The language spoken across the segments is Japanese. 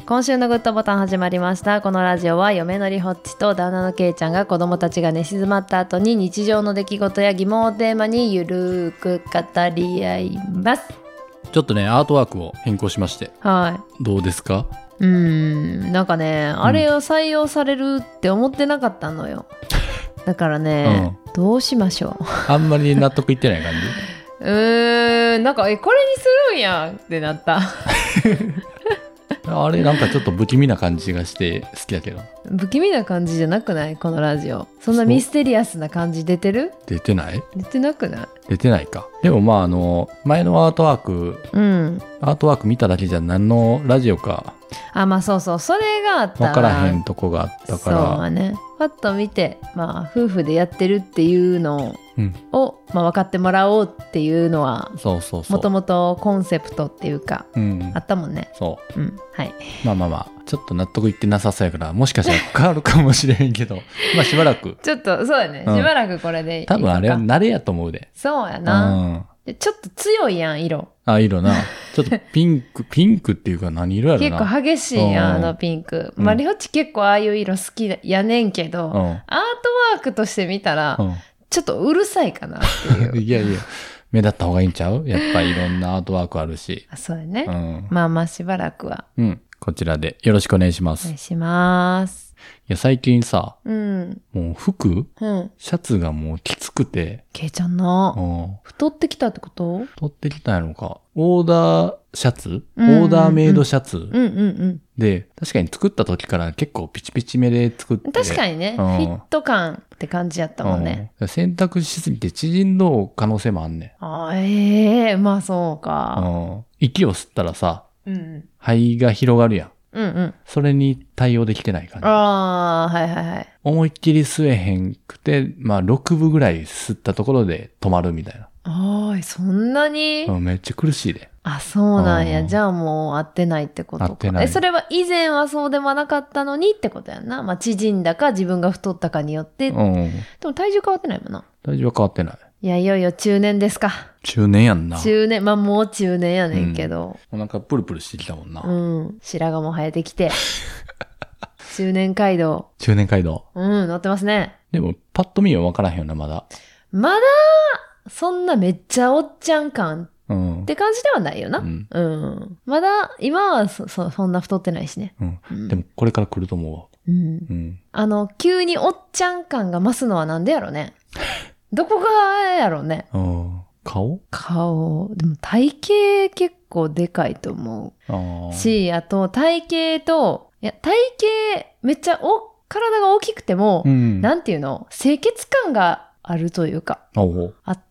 今週のグッドボタン始まりました。このラジオは嫁のりほっちと旦那のけいちゃんが子供たちが寝静まった後に日常の出来事や疑問をテーマにゆるーく語り合います。 ちょっとねアートワークを変更しまして、 はい、 どうですか？ なんかね、あれを採用されるって思ってなかったのよ。だからね、どうしましょう。 あんまり納得いってない感じ？ なんかこれにするんやんってなった。 あれなんかちょっと不気味な感じがして好きだけど。 不気味な感じじゃなくない？このラジオそんなミステリアスな感じ出てる？ 出てない？ 出てなくない？ 出てないか。でもまあ前のアートワーク、アートワーク見ただけじゃ何のラジオかまあそうそれがあったら分からへんとこがあったから、 そうね、パッと見て夫婦でやってるっていうのを、分かってもらおうっていうのはもともとコンセプトっていうか、あったもんね。 そう、 はい。 まあちょっと納得いってなさそうやからもしかしたら変わるかもしれへんけどしばらくちょっとそうやね、しばらくこれでいいか。 多分あれは慣れやと思うで。 そうやな、ちょっと強いやん色。 色な。ちょっとピンクっていうか何色やろな。 結構激しいやん、ピンク。リホッチ結構ああいう色好きやねんけど、アートワークとして見たら、ちょっとうるさいかなっていう。 いや目立った方がいいんちゃう？やっぱりいろんなアートワークあるし。 そうやね。しばらくは。 こちらでよろしくお願いします。 お願いします。 いや最近さ、もう服、シャツがもうきつくて。 けいちゃんな、太ってきたってこと？ 太ってきたんやろか。オーダーシャツ、オーダーメイドシャツ、で確かに作った時から結構ピチピチめで作って。 確かにね、フィット感って感じやったもんね。 洗濯しすぎて縮んどう可能性もあんねん。まあそうか。 息を吸ったらさ、肺が広がるやん。それに対応できてない感じ。 はい。思いっきり吸えへんくて、6分ぐらい吸ったところで止まるみたいな。 そんなに？ めっちゃ苦しいで。 そうなんや。じゃあもう合ってないってことか。合ってない。それは以前はそうでもなかったのにってことやんな。縮んだか自分が太ったかによって。でも体重変わってないもんな。 体重は変わってない。 いよいよ中年ですか。 中年やんな。 中年、もう中年やねんけど。 お腹プルプルしてきたもんな。 白髪も生えてきて。中年街道。乗ってますね。 でも、パッと見は分からへんよな、まだ。 そんなめっちゃおっちゃん感って感じではないよな。まだ、今はそんな太ってないしね。 でも、これから来ると思う。急におっちゃん感が増すのはなんでやろね。どこがやろね。 顔。 でも体型結構でかいと思うし、あと体型と、体型めっちゃ体が大きくても、なんていうの、清潔感があるというか、あって、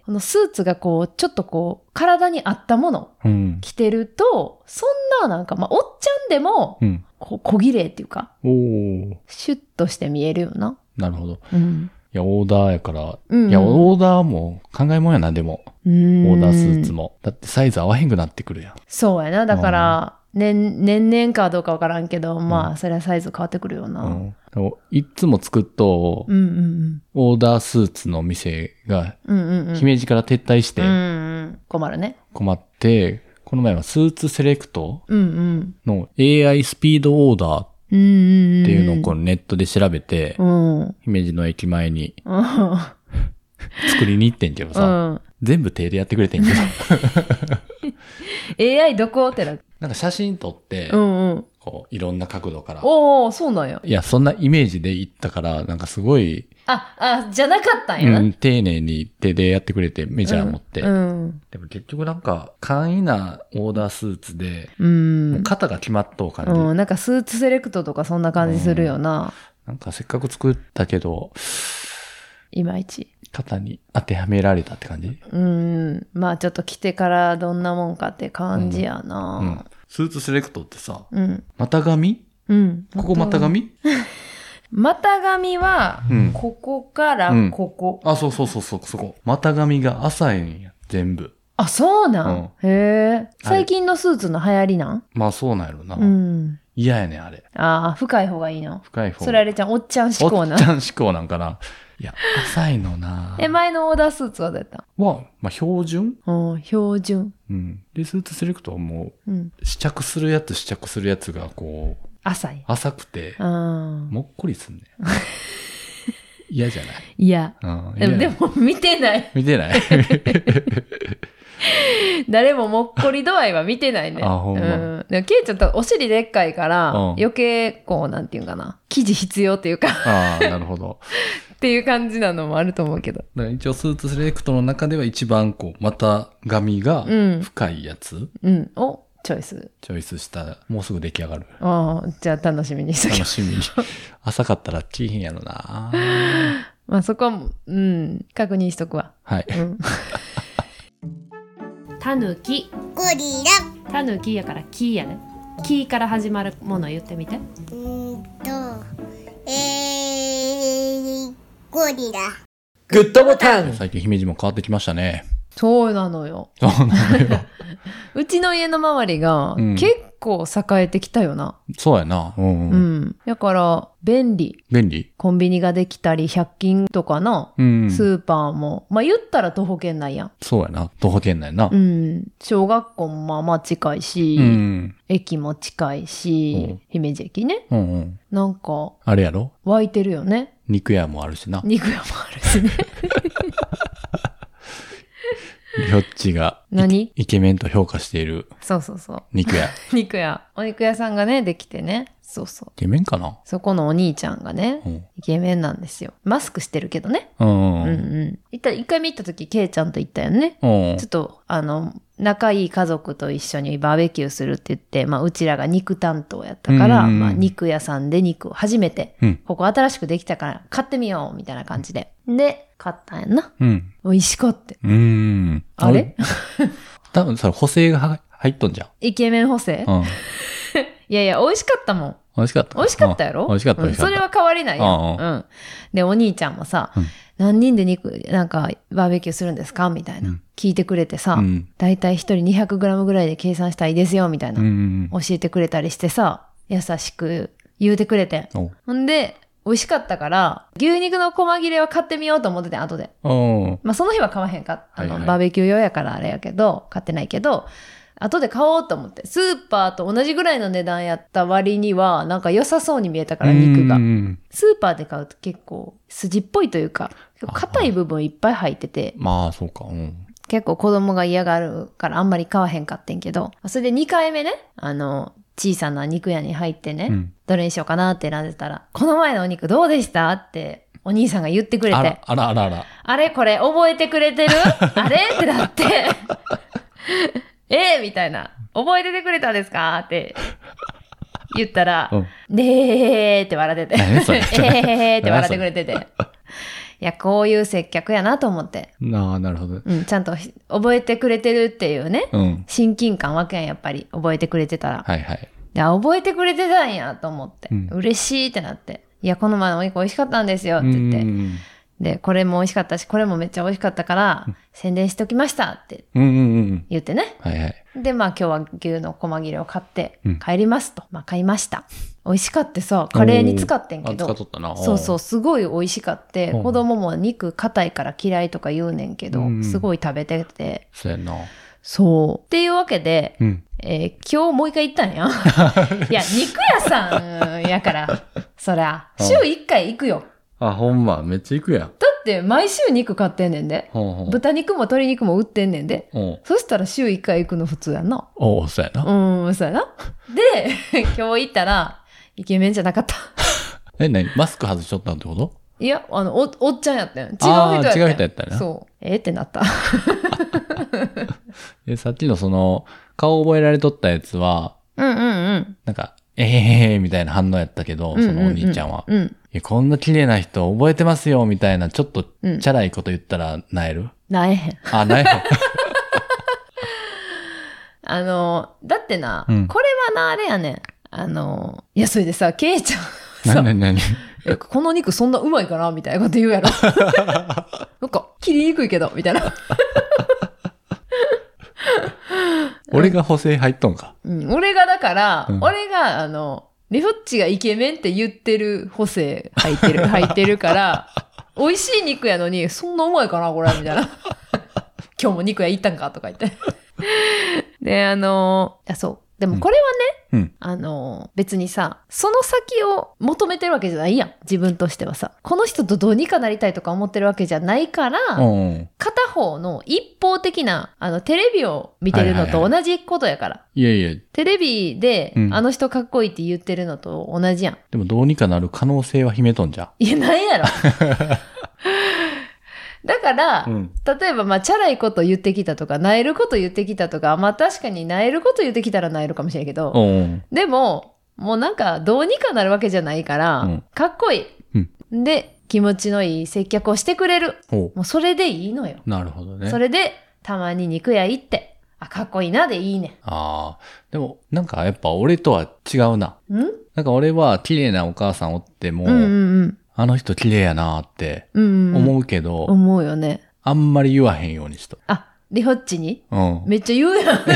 このスーツがちょっと体に合ったもの、着てると、そんななんか、おっちゃんでも、小綺麗っていうか、シュッとして見えるよな。 なるほど。いや、オーダーやから。オーダーも考えもんやな、でも。オーダースーツも。だってサイズ合わへんくなってくるやん。 そうやな。だから、年々かどうかわからんけど、それはサイズ変わってくるよな。 いつも作っと、オーダースーツの店が、姫路から撤退して、 困るね。 困って、この前はスーツセレクトの AI スピードオーダーっていうのをネットで調べて、姫路の駅前に作りに行ってんけどさ、全部手でやってくれてんけど。 AI どこってなんか写真撮って、いろんな角度から。 そうなんや。 いや、そんなイメージで行ったから、なんかすごい。 じゃなかったんやな。 丁寧に手でやってくれて、メジャー持って。でも結局なんか、簡易なオーダースーツで、もう型が決まっとう感じ。 なんかスーツセレクトとかそんな感じするよな。 なんかせっかく作ったけど、 いまいち。 型に当てはめられたって感じ？ ちょっと着てからどんなもんかって感じやな。 スーツセレクトってさ、股上？ここ股上？ 股上は、ここからここ。 そう、そこ。股上が浅いんや、全部。 そうなん。へえ。最近のスーツの流行りなん？ そうなんやろな。嫌やねん、あれ。 深い方がいいの。 深い方。 それあれちゃん、おっちゃん志向な。 おっちゃん志向なんかな。 いや、浅いのな。 前のオーダースーツはどうやったんは、まあ、標準？ 標準。 うん。で、スーツセレクトはもう、試着するやつがこう、浅くて、もっこりすんね。嫌じゃない？ 嫌。でも見てない。 見てない誰ももっこり度合いは見てないね。 ほんま。 でもケイちゃんとお尻でっかいから、余計こう、なんていうかな、生地必要っていうかなるほど。 っていう感じなのもあると思うけど。 だから一応スーツセレクトの中では一番こう、股上が深いやつ、 をチョイスした。もうすぐ出来上がる。 じゃあ楽しみにしときましょう。 楽しみに。浅かったら着いへんやろな。 まあそこは、確認しとくわ。 はい。 タヌキ。 ゴリラ。 タヌキやからキやね。キから始まるもの言ってみて。 ゴリラ。 グッドボタン。最近姫路も変わってきましたね。 そうなのよ。うちの家の周りが結構栄えてきたよな。 そうやな。 だから、便利。コンビニができたり、100均とかの、スーパーも、まあ言ったら徒歩圏内やん。 そうやな。徒歩圏内な。 小学校もまあまあ近いし、駅も近いし、姫路駅ね。なんか、 あれやろ？ 湧いてるよね。 肉屋もあるしな。 肉屋もあるしね。 りょっちがイケメンと評価している。 そう。 肉屋。 お肉屋さんがね、できてね。そう。イケメンかな？ そこのお兄ちゃんがね、イケメンなんですよ。マスクしてるけどね。一回見たとき、ケイちゃんと行ったよね。ちょっと、仲いい家族と一緒にバーベキューするって言って、まあ、うちらが肉担当やったから、まあ、肉屋さんで肉を初めて、ここ新しくできたから買ってみよう、みたいな感じで。で、買ったんやんな。美味しかった。あれ多分それ補正が入っとんじゃん。 イケメン補正いや、美味しかったもん。 美味しかったやろ？ 美味しかった。 それは変わりないよ。で、お兄ちゃんもさ、何人でなんか、バーベキューするんですかみたいな。聞いてくれてさ、だいたい一人 200g ぐらいで計算したらいいですよ、みたいな。教えてくれたりしてさ、優しく言うてくれて。ほんで、美味しかったから、牛肉の細切れは買ってみようと思ってて、後で。まあ、その日は買わへんか。バーベキュー用やからあれやけど、買ってないけど、後で買おうと思って。スーパーと同じぐらいの値段やった割には、なんか良さそうに見えたから、肉が。スーパーで買うと結構筋っぽいというか、硬い部分いっぱい入ってて。 まあ、そうか。 結構子供が嫌がるからあんまり買わへんかってんけど、それで2回目ね、小さな肉屋に入ってね、どれにしようかなって選んでたら、この前のお肉どうでしたってお兄さんが言ってくれて。あれこれ覚えてくれてるあれってなって。みたいな。覚えててくれたんですかって言ったら、ねーって笑ってて。って笑ってくれてて。いや、こういう接客やなと思って。 なるほど。 ちゃんと覚えてくれてるっていうね。親近感湧くやん、やっぱり。覚えてくれてたら。覚えてくれてたんやと思って。嬉しいってなって。いや、この前のお肉美味しかったんですよって言って。で、これも美味しかったし、これもめっちゃ美味しかったから、宣伝しときましたって言ってね。で、まあ今日は牛の細切れを買って帰りますと。まあ買いました。美味しかってさ、カレーに使ってんけど。そう、すごい美味しかって、子供も肉硬いから嫌いとか言うねんけど、すごい食べてて。 そうやな。 そう。っていうわけで、今日もう一回行ったんや。いや、肉屋さんやから、そりゃ、週1回行くよ。 ほんま、めっちゃ行くやん。 だって毎週肉買ってんねんで。豚肉も鶏肉も売ってんねんで。そしたら週1回行くの普通やんな。 そうやな。 そうやな。で、今日行ったら、イケメンじゃなかった。 何マスク外しとったってこと？ いや、おっちゃんやったん。違う人やったん。 違う人やったんやな。 そう。ってなった。 さっきのその、顔覚えられとったやつは、なんか、みたいな反応やったけど、そのお兄ちゃんは。こんな綺麗な人覚えてますよ、みたいな、ちょっとチャラいこと言ったら、なえる？ なえへん。 なえへん。 だってな、これはな、あれやねん。いや、それでさ、ケイちゃんさ、 何この肉そんなうまいかなみたいなこと言うやろ。なんか、切りにくいけど、みたいな。 俺が補正入っとんか。 俺がだから、俺が、リフォッチがイケメンって言ってる補正入ってるから、 美味しい肉やのに、そんなうまいかなこれみたいな。今日も肉屋行ったんかとか言って。で、そう。でもこれはね、別にさ、その先を求めてるわけじゃないやん。自分としてはさ。この人とどうにかなりたいとか思ってるわけじゃないから、片方の一方的な、テレビを見てるのと同じことやから。 いやいや。 テレビで、あの人かっこいいって言ってるのと同じやん。 でもどうにかなる可能性は秘めとんじゃん。 いや、ないやろ。だから、例えば、チャラいこと言ってきたとか、萎えること言ってきたとか、確かに萎えること言ってきたら萎えるかもしれんけど、でも、もうなんか、どうにかなるわけじゃないから、かっこいい。で、気持ちのいい接客をしてくれる。もうそれでいいのよ。 なるほどね。 それで、たまに肉屋行って、かっこいいなでいいね。 でも、なんかやっぱ俺とは違うな。なんか俺は綺麗なお母さんおっても、あの人綺麗やなーって思うけど、 思うよね。 あんまり言わへんようにしと。 リホッチにめっちゃ言うやん。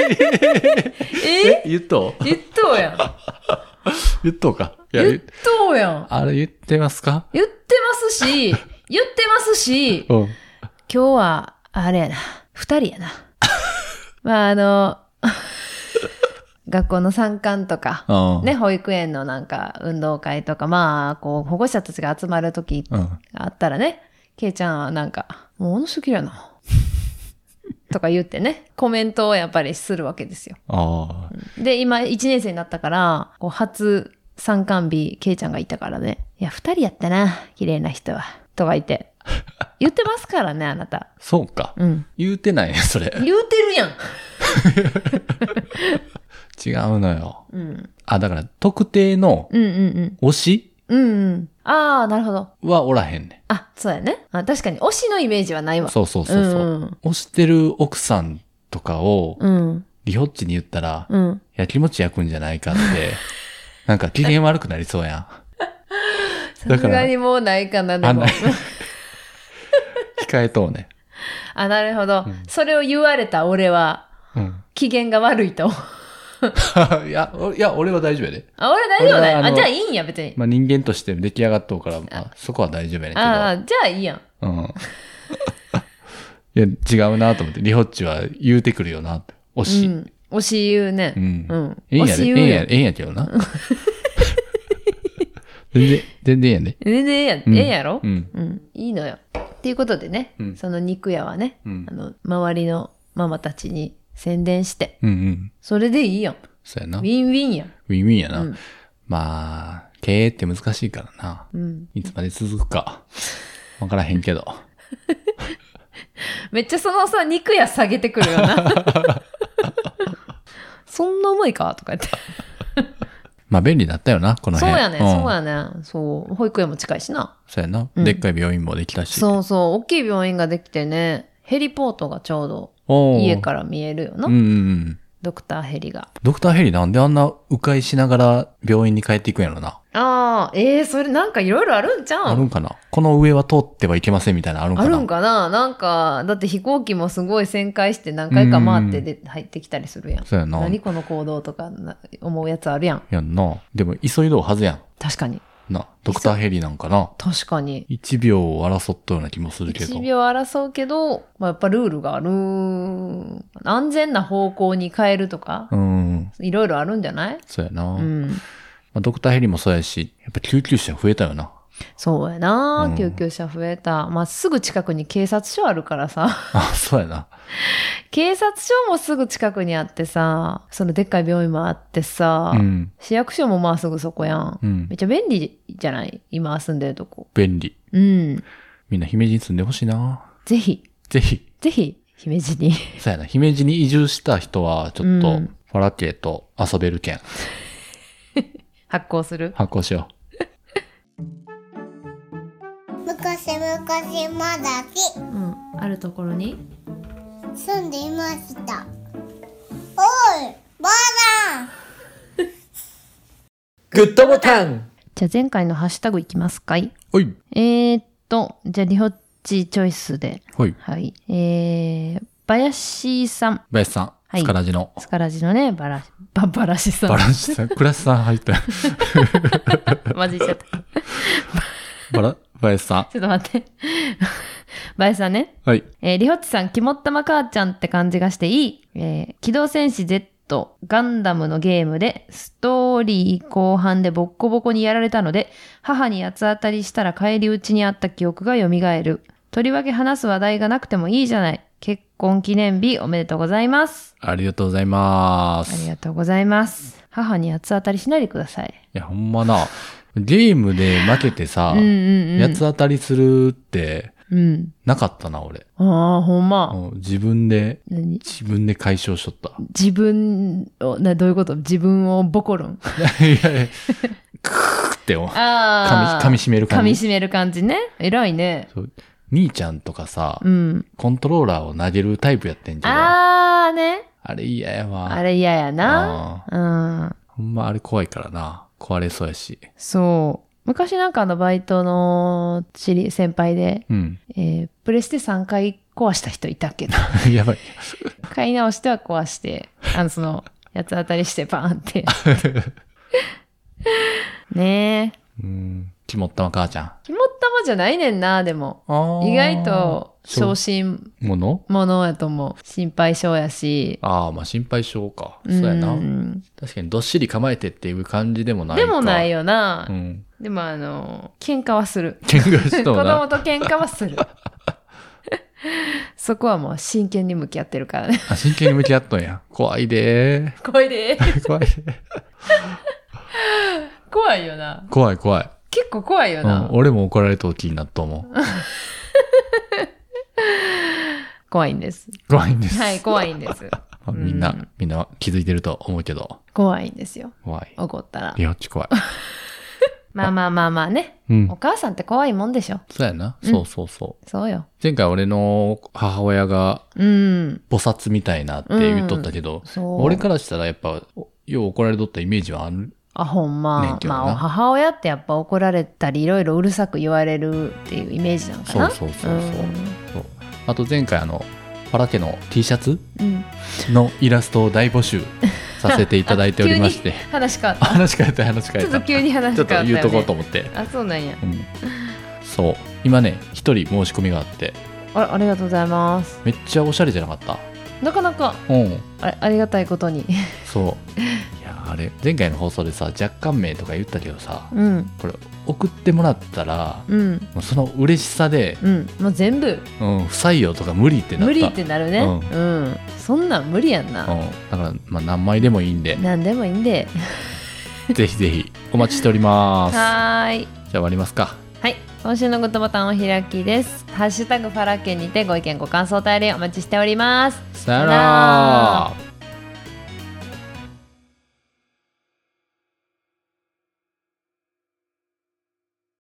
言っとうやん。 言っとうか。 言っとうやん。 あれ言ってますか？ 言ってますし、今日は、あれやな、2人やな。学校の参観とか、ね、保育園のなんか運動会とか、保護者たちが集まるときがあったらね、ケイちゃんはなんか、もうあの人綺麗やな。とか言ってね、コメントをやっぱりするわけですよ。で、今1年生になったから、初参観日、ケイちゃんがいたからね、いや、2人やったな、綺麗な人は。とか言って。言ってますからね、あなた。 そうか。言うてないね、それ。 言うてるやん。 違うのよ。だから特定の推しなるほど。 はおらへんね。 そうやね。確かに推しのイメージはないわ。 そう。推してる奥さんとかを、リホッチに言ったら、やきもち焼くんじゃないかって、なんか機嫌悪くなりそうやん。 さすがにもうないかな、でも。 控えとうね。 なるほど。それを言われた俺は、機嫌が悪いと。 いや、俺は大丈夫やで。 俺大丈夫だよ。じゃあいいんや、別に。 人間として出来上がっとうから、そこは大丈夫やねんけど。 じゃあいいやん。 いや、違うなと思って。リホッチは言うてくるよなって。推し。 推し言うね。 ええんやけどな。全然やね。 全然ええやろ？いいのよ。っていうことでね、その肉屋はね、周りのママたちに宣伝して、それでいいやん。 そうやな。 ウィンウィンやん。 ウィンウィンやな。経営って難しいからな。いつまで続くか。わからへんけど。 めっちゃそのさ、肉屋下げてくるよな。そんな重いかとか言って。 便利だったよな、この辺。 そうやね。そう。保育園も近いしな。 そうやな。でっかい病院もできたし。 そう。大きい病院ができてね、ヘリポートがちょうど家から見えるよな。ドクターヘリが。 ドクターヘリなんであんな迂回しながら病院に帰っていくんやろな。 それなんかいろいろあるんちゃう？ あるんかな？この上は通ってはいけませんみたいなのあるんかな？ あるんかな？なんか、だって飛行機もすごい旋回して何回か回って入ってきたりするやん。 そうやな。 何この行動とか思うやつあるやん。 やんな。でも急いどうはずやん。 確かに。 ドクターヘリなんかな。 確かに。 1秒を争ったような気もするけど。 1秒争うけど、やっぱルールがある。安全な方向に変えるとか。いろいろあるんじゃない？ そうやな。ドクターヘリもそうやし、やっぱ救急車増えたよな。 そうやな、救急車増えた。すぐ近くに警察署あるからさ。 そうやな。 警察署もすぐ近くにあってさ、そのでっかい病院もあってさ、市役所もすぐそこやん。めっちゃ便利じゃない？今住んでるとこ。 便利。みんな姫路に住んでほしいな。 ぜひ、姫路に。 そうやな。姫路に移住した人は、ちょっと、ファラケーと遊べるけん。 発行する？ 発行しよう。 昔まだし、 あるところに住んでいました。おい、ばあさん。 グッドボタン。 じゃあ前回のハッシュタグいきますかい。 はい。 じゃあリホッチチョイスで。 はい。 林さん。 スカラジの。 スカラジのね、バラシさん。 バラシさん、クラスさん入った。 マジちゃった。 バ林さん。 ちょっと待って。林さんね。 はい。 りほっちさん、肝っ玉母ちゃんって感じがしていい。機動戦士 Z、ガンダムのゲームで、ストーリー後半でボッコボコにやられたので、母に八つ当たりしたら返り討ちにあった記憶が蘇る。とりわけ話す話題がなくてもいいじゃない。結婚記念日おめでとうございます。 ありがとうございます。 ありがとうございます。母に八つ当たりしないでください。 いや、ほんまな。ゲームで負けてさ、八つ当たりするって、なかったな、俺。 ああ、ほんま。 自分で解消しとった。 自分を、どういうこと？自分をボコるん？ いやいや、クーって噛み締める感じ。 噛み締める感じね。偉いね。 そう。兄ちゃんとかさ、コントローラーを投げるタイプやってんじゃん。 あーね。 あれ嫌やわ。 あれ嫌やな。 ほんまあれ怖いからな。壊れそうやし。 そう。昔なんかバイトの先輩で、プレステ3回壊した人いたけど。 やばい。 買い直しては壊して、八つ当たりしてバーンって。ねえ。 肝っ玉母ちゃん。 肝っ玉じゃないねんな、でも。意外と、小心者やと思う。心配性やし。 まあ心配性か。そうやな。確かにどっしり構えてっていう感じでもないか。 でもないよな。でも喧嘩はする。 喧嘩しとうな。 子供と喧嘩はする。そこはもう真剣に向き合ってるからね。 真剣に向き合っとんや。怖いでー。怖いでー。 怖いでー。 怖いよな。 怖い怖い。 結構怖いよな。 俺も怒られと気になっと思う。 怖いんです。 怖いんです。 はい、怖いんです。 みんな気づいてると思うけど。 怖いんですよ。 怖い。 怒ったら。 りほっち怖い。 まあね。お母さんって怖いもんでしょ。 そうやな。そうそうそう。 そうよ。 前回俺の母親が、菩薩みたいなって言っとったけど、俺からしたらやっぱ、よう怒られとったイメージはある。 ほんま。まあ、母親ってやっぱ怒られたり、いろいろうるさく言われるっていうイメージなのかな。 そう。あと前回パラ家の T シャツのイラストを大募集させていただいておりまして。 話変わった。 話変えた。 ちょっと急に話変わった、ね。 ちょっと言うとこうと思って。 あ、そうなんや。 そう。今ね、一人申し込みがあって。 ありがとうございます。 めっちゃおしゃれじゃなかった？ なかなか。ありがたいことに。 そう。いや、あれ、前回の放送でさ、若干名とか言ったけどさ、これ、送ってもらったら、もうその嬉しさで、 もう全部、 不採用とか無理ってなった。 無理ってなるね。そんなん無理やんな。 だから、まあ、何枚でもいいんで。 何でもいいんで。 ぜひぜひ、お待ちしております。 はい。 じゃあ終わりますか。 はい。今週のグッドボタンお開きです。ハッシュタグファラケンにてご意見ご感想お便りお待ちしております。 さよなら。